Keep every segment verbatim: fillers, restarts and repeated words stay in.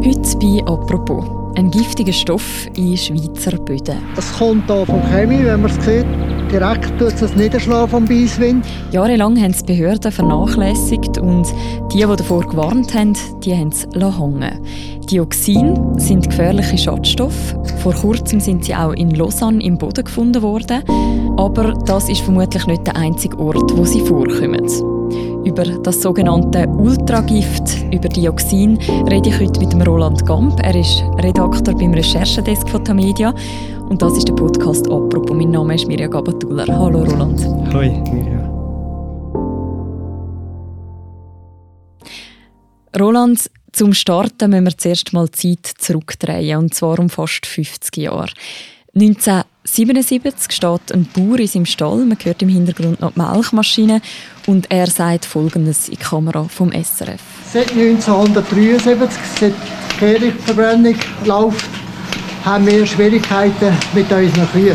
Heute bei «Apropos». Ein giftiger Stoff in Schweizer Böden. Es kommt hier vom Chemie, wenn man es sieht. Direkt tut es niederschlagen vom Beiswind. Jahrelang haben es Behörden vernachlässigt und die, die davor gewarnt haben, die haben es hängen. Dioxin sind gefährliche Schadstoffe. Vor kurzem sind sie auch in Lausanne im Boden gefunden worden. Aber das ist vermutlich nicht der einzige Ort, wo sie vorkommen. Über das sogenannte Ultragift, über Dioxin, rede ich heute mit dem Roland Gamp. Er ist Redakteur beim Recherchedesk von Tamedia. Und das ist der Podcast «Apropos». Mein Name ist Mirja Gabatuller. Hallo Roland. Hoi Mirja. Roland, zum Starten müssen wir zuerst mal die Zeit zurückdrehen, und zwar um fast fünfzig Jahre. neunzehnhundertsiebenundsiebzig steht ein Bauer in seinem Stall, man hört im Hintergrund noch die Melkmaschine und er sagt Folgendes in die Kamera vom S R F. Seit neunzehnhundertdreiundsiebzig, seit die Kehrichtverbrennung läuft, haben wir Schwierigkeiten mit unseren Kühen.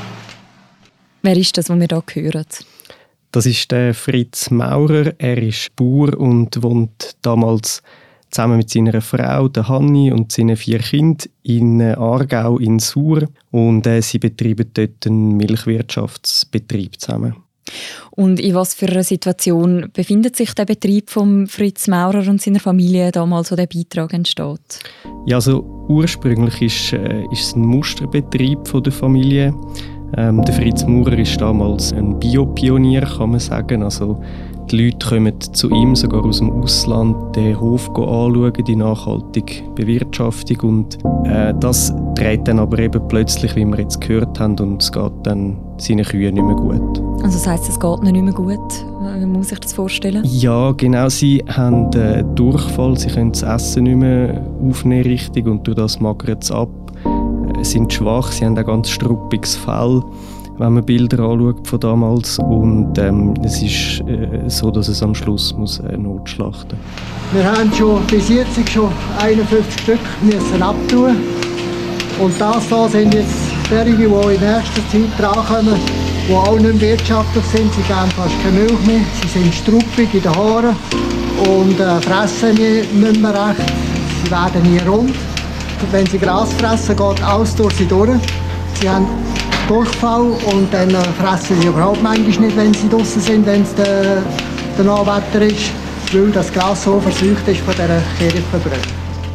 Wer ist das, was wir hier hören? Das ist der Fritz Maurer. Er ist Bauer und wohnt damals zusammen mit seiner Frau, der Hanni, und seinen vier Kindern in Aargau in Sur. Und äh, sie betreiben dort einen Milchwirtschaftsbetrieb zusammen. Und in was für einer Situation befindet sich der Betrieb von Fritz Maurer und seiner Familie damals, wo der Beitrag entsteht? Ja, also ursprünglich ist, äh, ist es ein Musterbetrieb von der Familie. Ähm, der Fritz Maurer ist damals ein Biopionier, kann man sagen. Also die Leute kommen zu ihm, sogar aus dem Ausland, den Hof anschauen, die nachhaltige Bewirtschaftung. Und äh, das dreht dann aber eben plötzlich, wie wir jetzt gehört haben, und es geht dann seinen Kühen nicht mehr gut. Also das heisst, es geht ihnen nicht mehr gut? Wie muss man sich das vorstellen? Ja, genau. Sie haben äh, Durchfall, sie können das Essen nicht mehr aufnehmen richtig und durch das magern sie ab. Sie sind schwach, sie haben ein ganz struppiges Fell, wenn man Bilder anschaut von damals. Und ähm, es ist äh, so, dass es am Schluss muss, äh, notschlachten muss. Wir haben schon bis jetzt schon einundfünfzig Stück müssen abtun. Und das hier sind jetzt derige, die in nächster Zeit drankommen, die auch nicht mehr wirtschaftlich sind. Sie geben fast keine Milch mehr, sie sind struppig in den Haaren und äh, fressen nicht mehr recht. Sie werden nie rund. Wenn sie Gras fressen, geht alles durch sie durch. Sie haben Durchfall und dann fressen sie überhaupt manchmal nicht, wenn sie draußen sind, wenn es der, der Nachwetter ist, weil das Gras so verseucht ist von dieser Kehrichtverbrennung.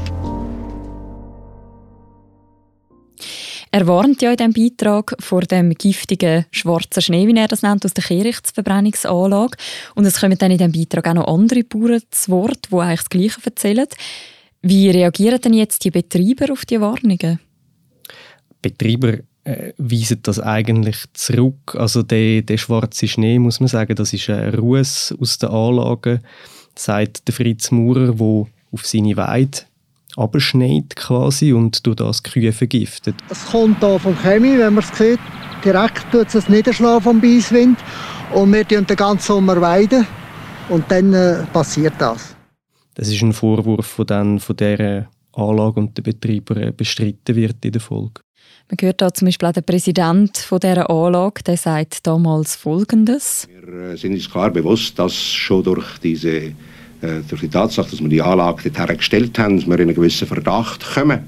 Er warnt ja in diesem Beitrag vor dem giftigen schwarzen Schnee, wie er das nennt, aus der Kehrichtverbrennungsanlage. Und es kommen dann in diesem Beitrag auch noch andere Bauern zu Wort, die eigentlich das Gleiche erzählen. Wie reagieren denn jetzt die Betreiber auf die Warnungen? Betreiber äh, weisen das eigentlich zurück. Also der, der schwarze Schnee, muss man sagen, das ist ein Ruß aus der Anlage, sagt der Fritz Maurer, der auf seine Weide abschneit quasi und durch das die Kühe vergiftet. Es kommt hier vom Chemie, wenn man es sieht. Direkt tut es niederschlagen vom Beiswind und wir weiden den ganzen Sommer weiden und dann äh, passiert das. Das ist ein Vorwurf, der dann von dieser Anlage und den Betreibern bestritten wird in der Folge. Man hört da zum Beispiel auch den Präsident von dieser Anlage, der sagt damals Folgendes. Wir sind uns klar bewusst, dass schon durch, diese, äh, durch die Tatsache, dass wir die Anlage dorthin gestellt haben, dass wir in einen gewissen Verdacht kommen.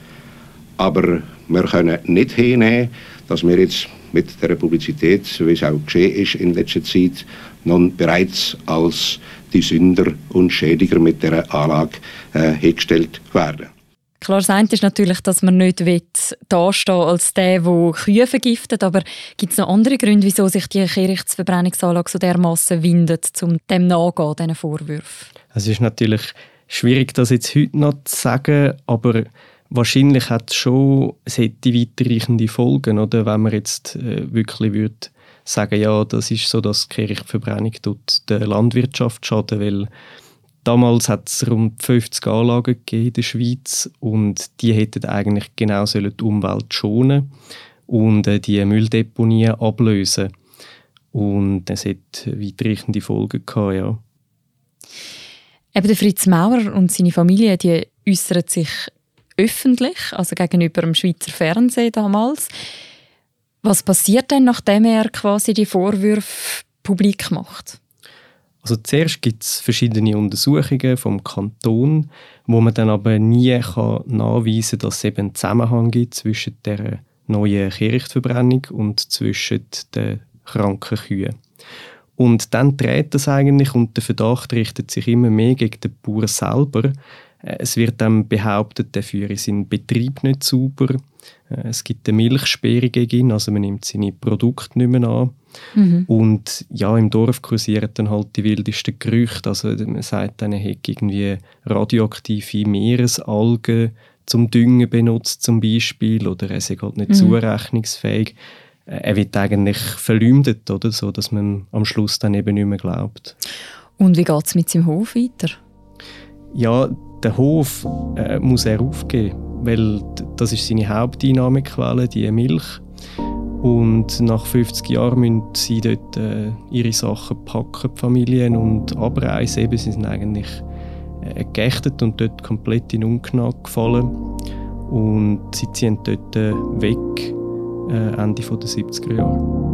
Aber wir können nicht hinnehmen, dass wir jetzt mit der Publizität, wie es auch geschehen ist in letzter Zeit, nun bereits als die Sünder und Schädiger mit dieser Anlage äh, hergestellt werden. Klar, das eine ist natürlich, dass man nicht dastehen will als der, der Kühe vergiftet, aber gibt es noch andere Gründe, wieso sich die Kehrichtverbrennungsanlage so dermassen windet, um dem nachzugehen, diesen Vorwürfen? Es ist natürlich schwierig, das jetzt heute noch zu sagen, aber wahrscheinlich hat es schon es hätte weiterreichende Folgen, oder? Wenn man jetzt äh, wirklich würde sagen, ja, das ist so, dass die Kehrichtverbrennung tut der Landwirtschaft schaden, weil damals hat es rund fünfzig Anlagen gegeben in der Schweiz und die hätten eigentlich genau die Umwelt schonen und äh, die Mülldeponien ablösen. Und es hat weitreichende Folgen gehabt, ja. Eben der Fritz Maurer und seine Familie, die äußern sich öffentlich, also gegenüber dem Schweizer Fernsehen damals. Was passiert denn, nachdem er quasi die Vorwürfe publik macht? Also zuerst gibt es verschiedene Untersuchungen vom Kanton, wo man dann aber nie kann nachweisen kann, dass es eben einen Zusammenhang gibt zwischen der neuen Kehrichtverbrennung und zwischen den kranken Kühen. Und dann dreht das eigentlich und der Verdacht richtet sich immer mehr gegen den Bauern selber. Es wird dann behauptet, der führe seinen Betrieb nicht sauber. Es gibt eine Milchsperre gegen ihn, also man nimmt seine Produkte nicht mehr an. Mhm. Und ja, im Dorf kursieren dann halt die wildesten Gerüchte. Also man sagt dann, er hätte irgendwie radioaktive Meeresalgen zum Düngen benutzt zum Beispiel, oder er sei halt nicht mhm. zurechnungsfähig. Er wird eigentlich verleumdet, oder so, dass man am Schluss dann eben nicht mehr glaubt. Und wie geht es mit seinem Hof weiter? Ja, den Hof äh, muss er aufgeben, weil das ist seine Haupteinnahmequelle, die Milch. Und nach fünfzig Jahren müssen sie dort äh, ihre Sachen packen, die Familien, und abreisen. Eben, sie sind eigentlich äh, geächtet und dort komplett in Ungnade gefallen. Und sie ziehen dort äh, weg, äh, Ende der siebziger Jahre.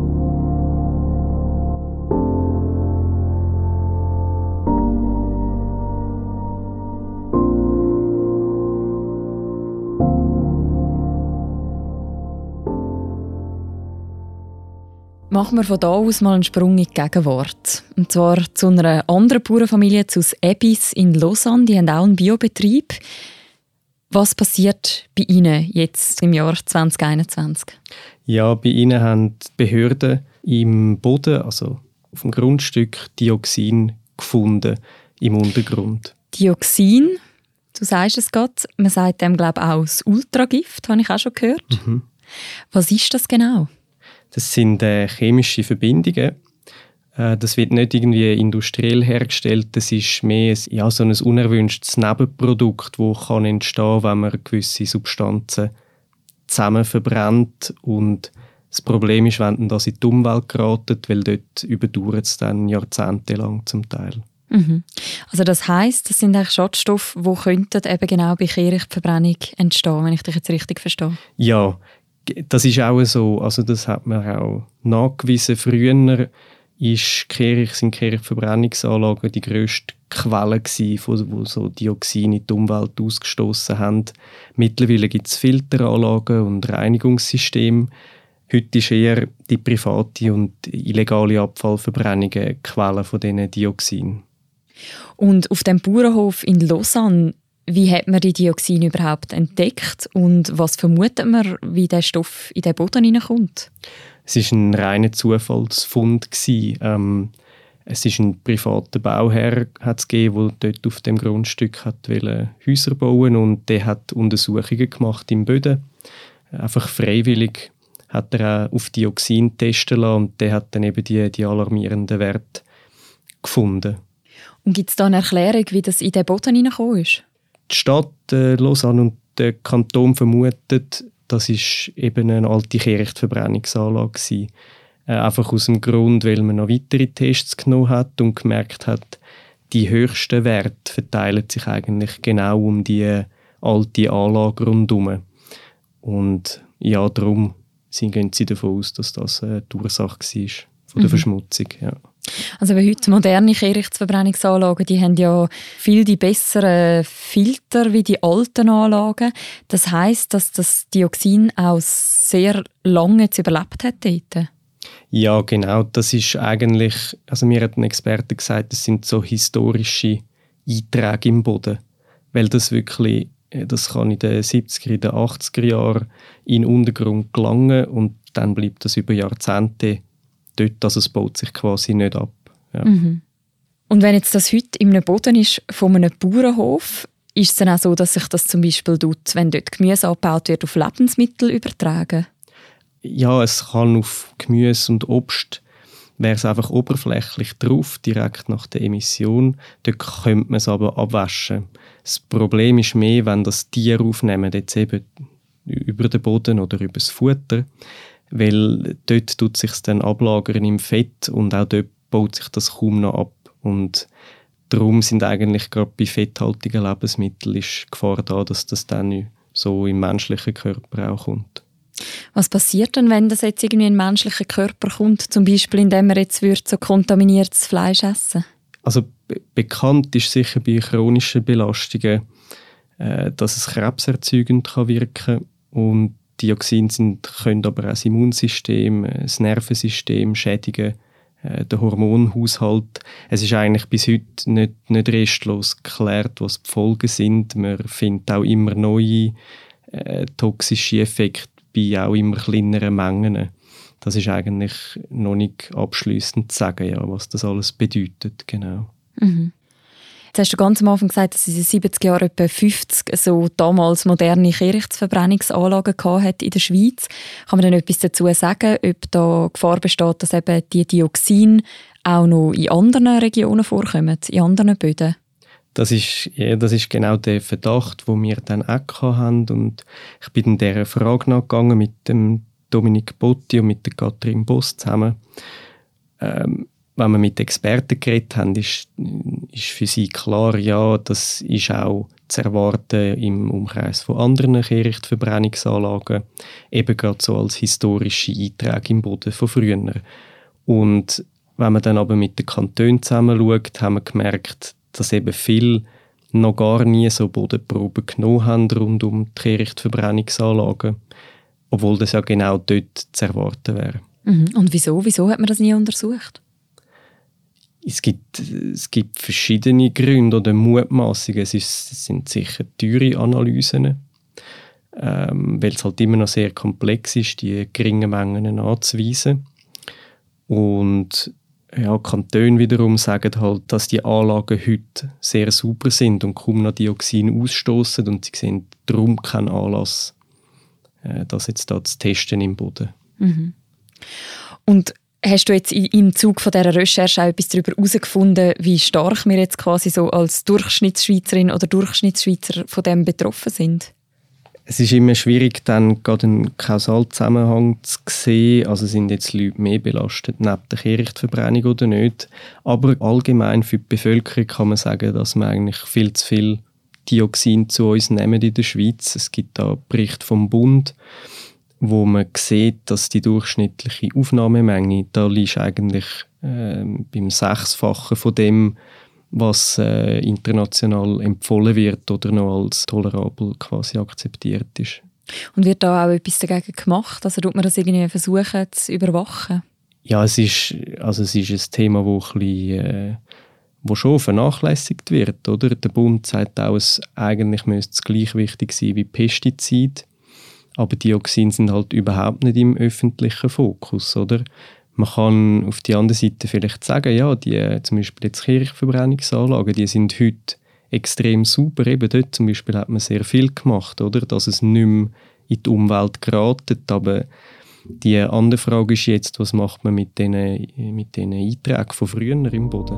Machen wir von da aus mal einen Sprung in die Gegenwart. Und zwar zu einer anderen Bauernfamilie, zu Ebis in Lausanne. Die haben auch einen Biobetrieb. Was passiert bei Ihnen jetzt im Jahr zwanzig einundzwanzig? Ja, bei Ihnen haben die Behörden im Boden, also auf dem Grundstück, Dioxin gefunden im Untergrund. Dioxin, du sagst es gerade, man sagt dem, glaube ich, auch das Ultragift, habe ich auch schon gehört. Mhm. Was ist das genau? Das sind äh, chemische Verbindungen. Äh, das wird nicht irgendwie industriell hergestellt. Das ist mehr ein, ja, so ein unerwünschtes Nebenprodukt, das kann entstehen, wenn man gewisse Substanzen zusammen verbrennt. Und das Problem ist, wenn das in die Umwelt gerät, weil dort überdauert es dann jahrzehntelang zum Teil. Mhm. Also das heisst, das sind eigentlich Schadstoffe, die könnten eben genau bei Kehrichtverbrennung entstehen, wenn ich dich jetzt richtig verstehe. Ja, das ist auch so, also das hat man auch nachgewiesen. Früher ist Kehricht, sind Kehrichtverbrennungsanlagen die grösste Quelle gewesen, wo so Dioxine in die Umwelt ausgestoßen haben. Mittlerweile gibt es Filteranlagen und Reinigungssysteme. Heute ist eher die private und illegale Abfallverbrennung eine Quelle von diesen Dioxinen. Und auf dem Bauernhof in Lausanne, wie hat man die Dioxine überhaupt entdeckt und was vermutet man, wie der Stoff in den Boden hineinkommt? Es war ein reiner Zufallsfund. Ähm, es ist ein privater Bauherr hat's gegeben, der dort auf dem Grundstück hat Häuser bauen, und der hat Untersuchungen gemacht im Boden. Einfach freiwillig hat er auch auf Dioxin testen lassen, und der hat dann eben die, die alarmierenden Werte gefunden. Und gibt es da eine Erklärung, wie das in den Boden hineingekommen ist? Die Stadt äh, Lausanne und der Kanton vermuten, das ist eben eine alte Kehrichtverbrennungsanlage gewesen. Äh, einfach aus dem Grund, weil man noch weitere Tests genommen hat und gemerkt hat, die höchsten Werte verteilen sich eigentlich genau um die alte Anlage rundherum. Und ja, darum gehen sie davon aus, dass das äh, die Ursache war von der mhm. Verschmutzung. Ja. Also weil heute moderne Kehrichtverbrennungsanlagen, die haben ja viel die besseren Filter wie die alten Anlagen. Das heisst, dass das Dioxin auch sehr lange jetzt überlebt hat dort? Ja, genau. Das ist eigentlich, also mir hat ein Experte gesagt, das sind so historische Einträge im Boden. Weil das wirklich, das kann in den siebziger, in den achtziger Jahren in den Untergrund gelangen und dann bleibt das über Jahrzehnte dort, also es baut sich quasi nicht ab. Ja. Mhm. Und wenn jetzt das heute in einem Boden ist von einem Bauernhof, ist es dann auch so, dass sich das zum Beispiel tut, wenn dort Gemüse abgebaut wird, auf Lebensmittel übertragen? Ja, es kann auf Gemüse und Obst, wäre es einfach oberflächlich drauf, direkt nach der Emission. Dort könnte man es aber abwaschen. Das Problem ist mehr, wenn das Tier aufnehmen, jetzt eben über den Boden oder über das Futter, weil dort tut sich dann ablagern im Fett und auch dort baut sich das kaum noch ab. Und darum sind eigentlich gerade bei fetthaltigen Lebensmitteln ist die Gefahr da, dass das dann so im menschlichen Körper auch kommt. Was passiert denn, wenn das jetzt irgendwie in den menschlichen Körper kommt, zum Beispiel indem man jetzt so kontaminiertes Fleisch essen? Also be- bekannt ist sicher bei chronischen Belastungen, äh, dass es krebserzeugend kann wirken kann. Und Dioxine sind, können aber auch das Immunsystem, das Nervensystem schädigen, äh, den Hormonhaushalt. Es ist eigentlich bis heute nicht, nicht restlos geklärt, was die Folgen sind. Man findet auch immer neue äh, toxische Effekte bei auch immer kleineren Mengen. Das ist eigentlich noch nicht abschliessend zu sagen, ja, was das alles bedeutet. Genau. Mhm. Jetzt hast du ganz am Anfang gesagt, dass es in den siebziger Jahren etwa fünfzig so damals moderne Kehrichtverbrennungsanlagen hat in der Schweiz. Kann man denn etwas dazu sagen, ob da Gefahr besteht, dass eben die Dioxine auch noch in anderen Regionen vorkommen, in anderen Böden? Das ist, ja, das ist genau der Verdacht, den wir dann auch hatten. Und ich bin dieser Frage nachgegangen mit dem Dominik Botti und mit der Katrin Boss zusammen. Ähm, wenn wir mit Experten geredet haben, ist, ist für sie klar, ja, das ist auch zu erwarten im Umkreis von anderen Kehrichtverbrennungsanlagen, eben gerade so als historische Einträge im Boden von früher. Und wenn man dann aber mit den Kantonen zusammen schaut, haben wir gemerkt, dass eben viele noch gar nie so Bodenproben genommen haben rund um die Kehrichtverbrennungsanlagen, obwohl das ja genau dort zu erwarten wäre. Mhm. Und wieso? Wieso hat man das nie untersucht? Es gibt, es gibt verschiedene Gründe oder Mutmaßungen. Es, ist, es sind sicher teure Analysen, ähm, weil es halt immer noch sehr komplex ist, die geringen Mengen anzuweisen. Und ja, Kantone wiederum sagen halt, dass die Anlagen heute sehr sauber sind und kaum noch Dioxin ausstoßen und sie sehen darum keinen Anlass, äh, das jetzt da zu testen im Boden. Mhm. Und hast du jetzt im Zuge von dieser Recherche auch etwas darüber herausgefunden, wie stark wir jetzt quasi so als Durchschnittsschweizerin oder Durchschnittsschweizer von dem betroffen sind? Es ist immer schwierig, dann gerade einen Kausalzusammenhang zu sehen. Also sind jetzt Leute mehr belastet neben der Kehrichtverbrennung oder nicht. Aber allgemein für die Bevölkerung kann man sagen, dass wir eigentlich viel zu viel Dioxin zu uns nehmen in der Schweiz. Es gibt da Berichte vom Bund, wo man sieht, dass die durchschnittliche Aufnahmemenge, da liegt eigentlich äh, beim Sechsfachen von dem, was äh, international empfohlen wird oder noch als tolerabel quasi akzeptiert ist. Und wird da auch etwas dagegen gemacht? Also tut man das irgendwie versuchen zu überwachen? Ja, es ist, also es ist ein Thema, wo, ein bisschen, äh, wo schon vernachlässigt wird. Oder? Der Bund sagt auch, es eigentlich müsste es gleich wichtig sein wie Pestizide. Aber Dioxine sind halt überhaupt nicht im öffentlichen Fokus, oder? Man kann auf die andere Seite vielleicht sagen, ja, die zum Beispiel jetzt Kehrichtverbrennungsanlagen, die sind heute extrem sauber. Eben dort zum Beispiel hat man sehr viel gemacht, oder? Dass es nicht mehr in die Umwelt geratet. Aber die andere Frage ist jetzt, was macht man mit diesen mit diesen Einträgen von früher im Boden?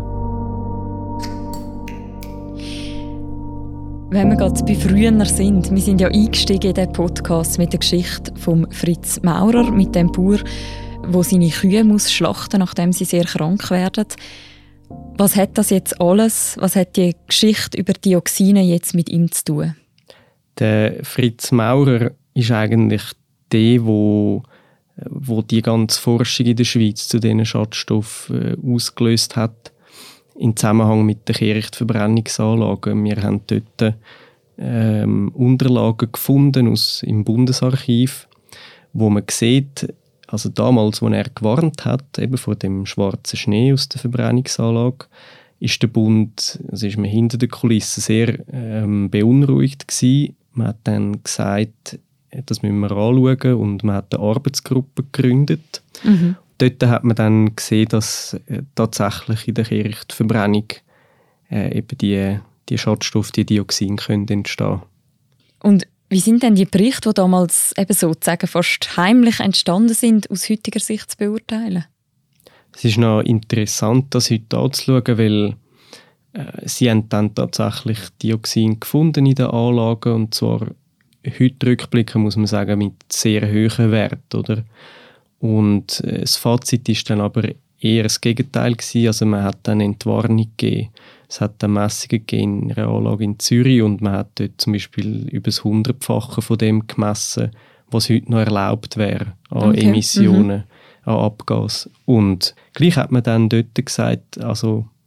Wenn wir gerade bei früher sind, wir sind ja eingestiegen in diesen Podcast mit der Geschichte von Fritz Maurer, mit dem Bauer, der seine Kühe muss schlachten, nachdem sie sehr krank werden. Was hat das jetzt alles, was hat die Geschichte über Dioxine jetzt mit ihm zu tun? Der Fritz Maurer ist eigentlich der, wo, wo die ganze Forschung in der Schweiz zu diesen Schadstoffen äh, ausgelöst hat. Im Zusammenhang mit den Kehrichtverbrennungsanlagen. Wir haben dort ähm, Unterlagen gefunden aus, im Bundesarchiv, wo man sieht, also damals, als er gewarnt hat, eben vor dem schwarzen Schnee aus der Verbrennungsanlage, ist der Bund, also ist man hinter den Kulissen sehr ähm, beunruhigt gewesen. Man hat dann gesagt, das müssen wir anschauen und man hat eine Arbeitsgruppe gegründet. Mhm. Dort hat man dann gesehen, dass äh, tatsächlich in der Kehrichtverbrennung äh, eben die, die Schadstoffe, die Dioxine können entstehen. Und wie sind denn die Berichte, die damals eben sozusagen fast heimlich entstanden sind, aus heutiger Sicht zu beurteilen? Es ist noch interessant, das heute anzuschauen, weil äh, sie haben dann tatsächlich Dioxin gefunden in den Anlagen, und zwar heute rückblicken, muss man sagen, mit sehr hohen Werten, oder? Und äh, das Fazit ist dann aber eher das Gegenteil gewesen. Also man hat dann Entwarnung gegeben. Es hat dann Messungen gegeben in einer Anlage in Zürich und man hat dort zum Beispiel über das Hundertfache von dem gemessen, was heute noch erlaubt wäre an okay. Emissionen, mhm. an Abgas. Und gleich hat man dann dort gesagt, also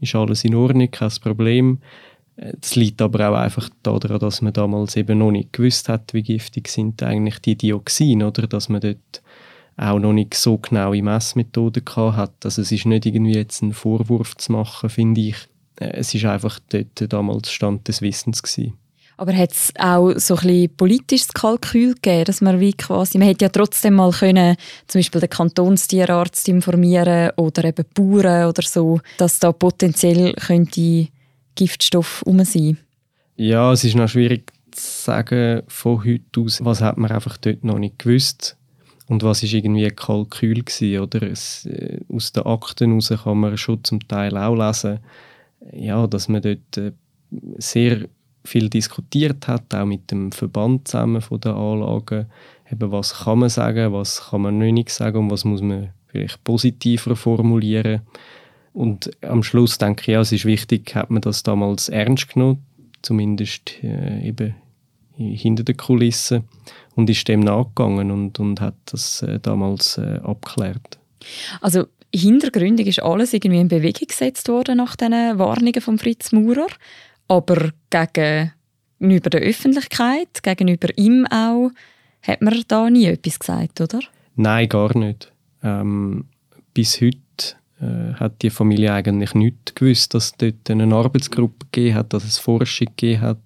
ist alles in Ordnung, kein Problem. Es liegt aber auch einfach daran, dass man damals eben noch nicht gewusst hat, wie giftig sind eigentlich die Dioxine, oder? Dass man dort auch noch nicht so genaue Messmethoden gehabt hat. Also es ist nicht irgendwie jetzt ein Vorwurf zu machen, finde ich. Es ist einfach dort damals Stand des Wissens gewesen. Aber hat es auch so ein bisschen politisches Kalkül gegeben, dass man wie quasi, man hätte ja trotzdem mal können, zum Beispiel den Kantonstierarzt informieren oder eben Bauern oder so, dass da potenziell könnte Giftstoff rum sein? Ja, es ist noch schwierig zu sagen von heute aus, was hat man einfach dort noch nicht gewusst und was ist irgendwie ein Kalkül gewesen, oder? Es, äh, aus den Akten heraus kann man schon zum Teil auch lesen, ja, dass man dort äh, sehr viel diskutiert hat, auch mit dem Verband zusammen von den Anlagen. Eben, was kann man sagen, was kann man nicht sagen und was muss man vielleicht positiver formulieren. Und am Schluss denke ich, ja, es ist wichtig, hat man das damals ernst genommen, zumindest äh, eben hinter den Kulissen, und ist dem nachgegangen und, und hat das äh, damals äh, abgeklärt. Also hintergründig ist alles irgendwie in Bewegung gesetzt worden nach diesen Warnungen von Fritz Maurer, aber gegenüber der Öffentlichkeit, gegenüber ihm auch, hat man da nie etwas gesagt, oder? Nein, gar nicht. Ähm, bis heute äh, hat die Familie eigentlich nicht gewusst, dass es dort eine Arbeitsgruppe gegeben hat, dass es Forschung gegeben hat.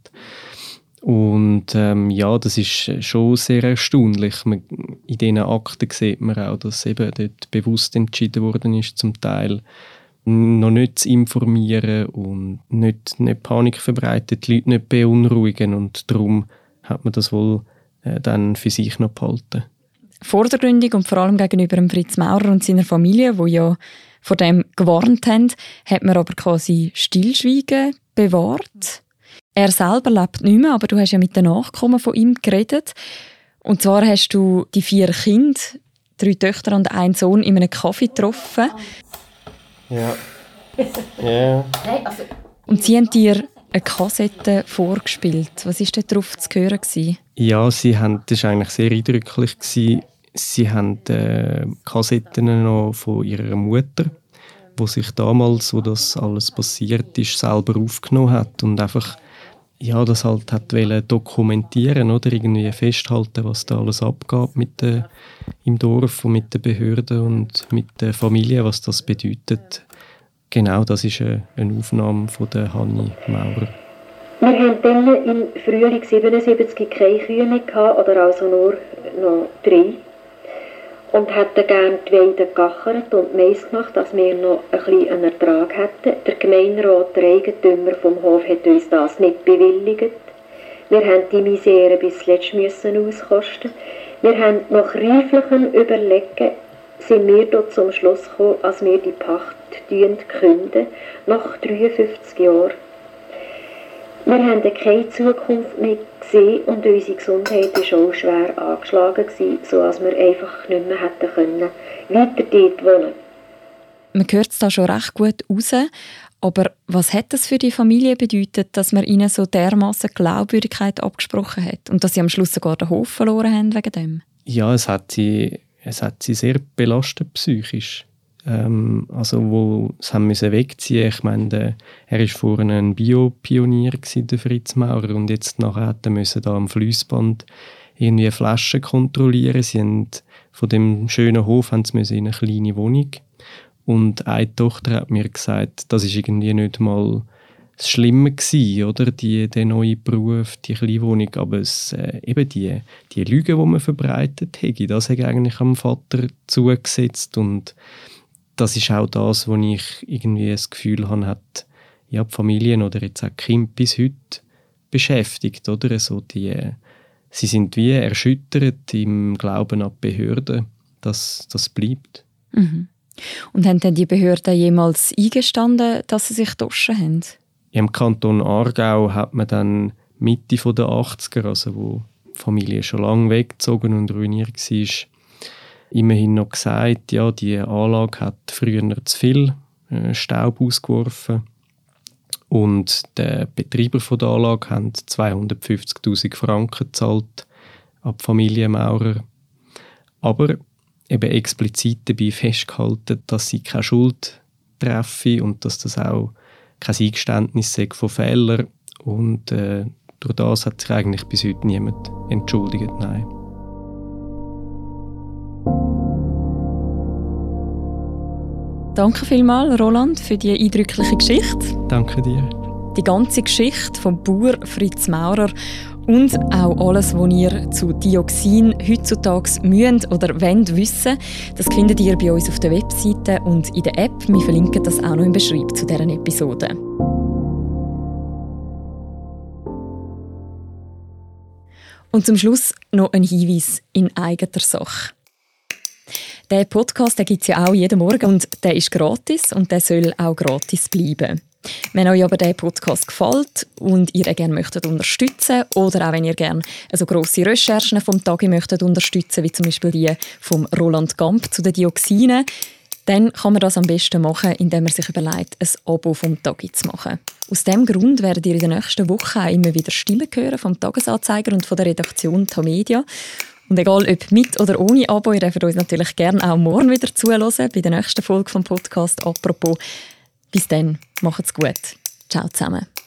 Und ähm, ja, das ist schon sehr erstaunlich. Man, in diesen Akten sieht man auch, dass eben dort bewusst entschieden worden ist, zum Teil noch nicht zu informieren und nicht, nicht Panik verbreiten, die Leute nicht beunruhigen. Und darum hat man das wohl äh, dann für sich noch behalten. Vordergründig und vor allem gegenüber dem Fritz Maurer und seiner Familie, die ja vor dem gewarnt haben, hat man aber quasi Stillschweigen bewahrt. Er selber lebt nicht mehr, aber du hast ja mit den Nachkommen von ihm geredet. Und zwar hast du die vier Kinder, drei Töchter und einen Sohn, in einem Café getroffen. Ja. Ja. Und sie haben dir eine Kassette vorgespielt. Was war denn darauf zu hören? Ja, sie haben, das war eigentlich sehr eindrücklich. Sie haben äh, Kassetten noch von ihrer Mutter, die sich damals, wo das alles passiert ist, selber aufgenommen hat und einfach ja, das halt hat wollen dokumentieren oder irgendwie festhalten, was da alles abgeht mit de, im Dorf und mit den Behörden und mit der Familie, was das bedeutet. Genau, das ist eine, eine Aufnahme von der Hanni Maurer. Wir hatten dann im Frühling siebenundsiebzig keine Kühe mehr gehabt, oder also nur noch drei. Und hätten gerne die Weide gegachert und Mais gemacht, dass wir noch ein bisschen einen Ertrag hätten. Der Gemeinderat, der Eigentümer vom Hof, hat uns das nicht bewilligt. Wir mussten die Misere bis zuletzt auskosten. Wir haben nach reiflichem Überlegen sind wir dort zum Schluss gekommen, als wir die Pacht künden, nach dreiundfünfzig Jahren. Wir haben keine Zukunft mehr gesehen und unsere Gesundheit war auch schwer angeschlagen, sodass wir einfach nicht mehr hätten können, weiter dort wohnen. Man hört es da schon recht gut raus, aber was hat das für die Familie bedeutet, dass man ihnen so dermassen Glaubwürdigkeit abgesprochen hat und dass sie am Schluss sogar den Hof verloren haben wegen dem? Ja, es hat sie, es hat sie sehr belastet psychisch. Ähm, also wo sie haben müssen wegziehen. Ich meine, der, er war vorher ein Biopionier, der Fritz Maurer, und jetzt nachher hat er müssen da am Fliessband irgendwie Flaschen kontrollieren. Sie haben von dem schönen Hof haben sie müssen in eine kleine Wohnung. Und eine Tochter hat mir gesagt, das ist irgendwie nicht mal das Schlimme gewesen, oder? Die, der neue Beruf, die kleine Wohnung, aber es, äh, eben die, die Lügen, die man verbreitet hat, das hat eigentlich am Vater zugesetzt. Und das ist auch das, wo ich irgendwie das Gefühl habe, hat ja, die Familien oder jetzt auch die Kinder bis heute beschäftigt. Oder? So die, sie sind wie erschüttert im Glauben an die Behörden, dass das bleibt. Mhm. Und haben denn die Behörden jemals eingestanden, dass sie sich getäuscht haben? Im Kanton Aargau hat man dann Mitte der achtziger, also wo die Familie schon lange weggezogen und ruiniert war, immerhin noch gesagt, ja, die Anlage hat früher zu viel äh, Staub ausgeworfen und der Betreiber von der Anlage hat zweihundertfünfzigtausend Franken gezahlt an die Familie Maurer. Aber eben explizit dabei festgehalten, dass sie keine Schuld treffe und dass das auch kein Eingeständnis sei von Fehlern. Und äh, durch das hat sich eigentlich bis heute niemand entschuldigt. Nein. Danke vielmals, Roland, für die eindrückliche Geschichte. Danke dir. Die ganze Geschichte vom Bauer Fritz Maurer und auch alles, was ihr zu Dioxin heutzutage müsst oder wollt wissen, das findet ihr bei uns auf der Webseite und in der App. Wir verlinken das auch noch im Beschreibung zu dieser Episode. Und zum Schluss noch ein Hinweis in eigener Sache. Der Podcast gibt es ja auch jeden Morgen und der ist gratis und der soll auch gratis bleiben. Wenn euch aber der Podcast gefällt und ihr ihn gerne möchtet unterstützen oder auch wenn ihr gerne also grosse Recherchen vom Tagi möchtet unterstützen, wie zum Beispiel die vom Roland Gamp zu den Dioxinen, dann kann man das am besten machen, indem man sich überlegt, ein Abo vom Tagi zu machen. Aus diesem Grund werdet ihr in den nächsten Wochen auch immer wieder Stimmen hören vom Tagesanzeiger und von der Redaktion Tamedia. Und egal ob mit oder ohne Abo, ihr dürft uns natürlich gerne auch morgen wieder zuhören bei der nächsten Folge vom Podcast «Apropos». Bis dann, macht's gut. Ciao zusammen.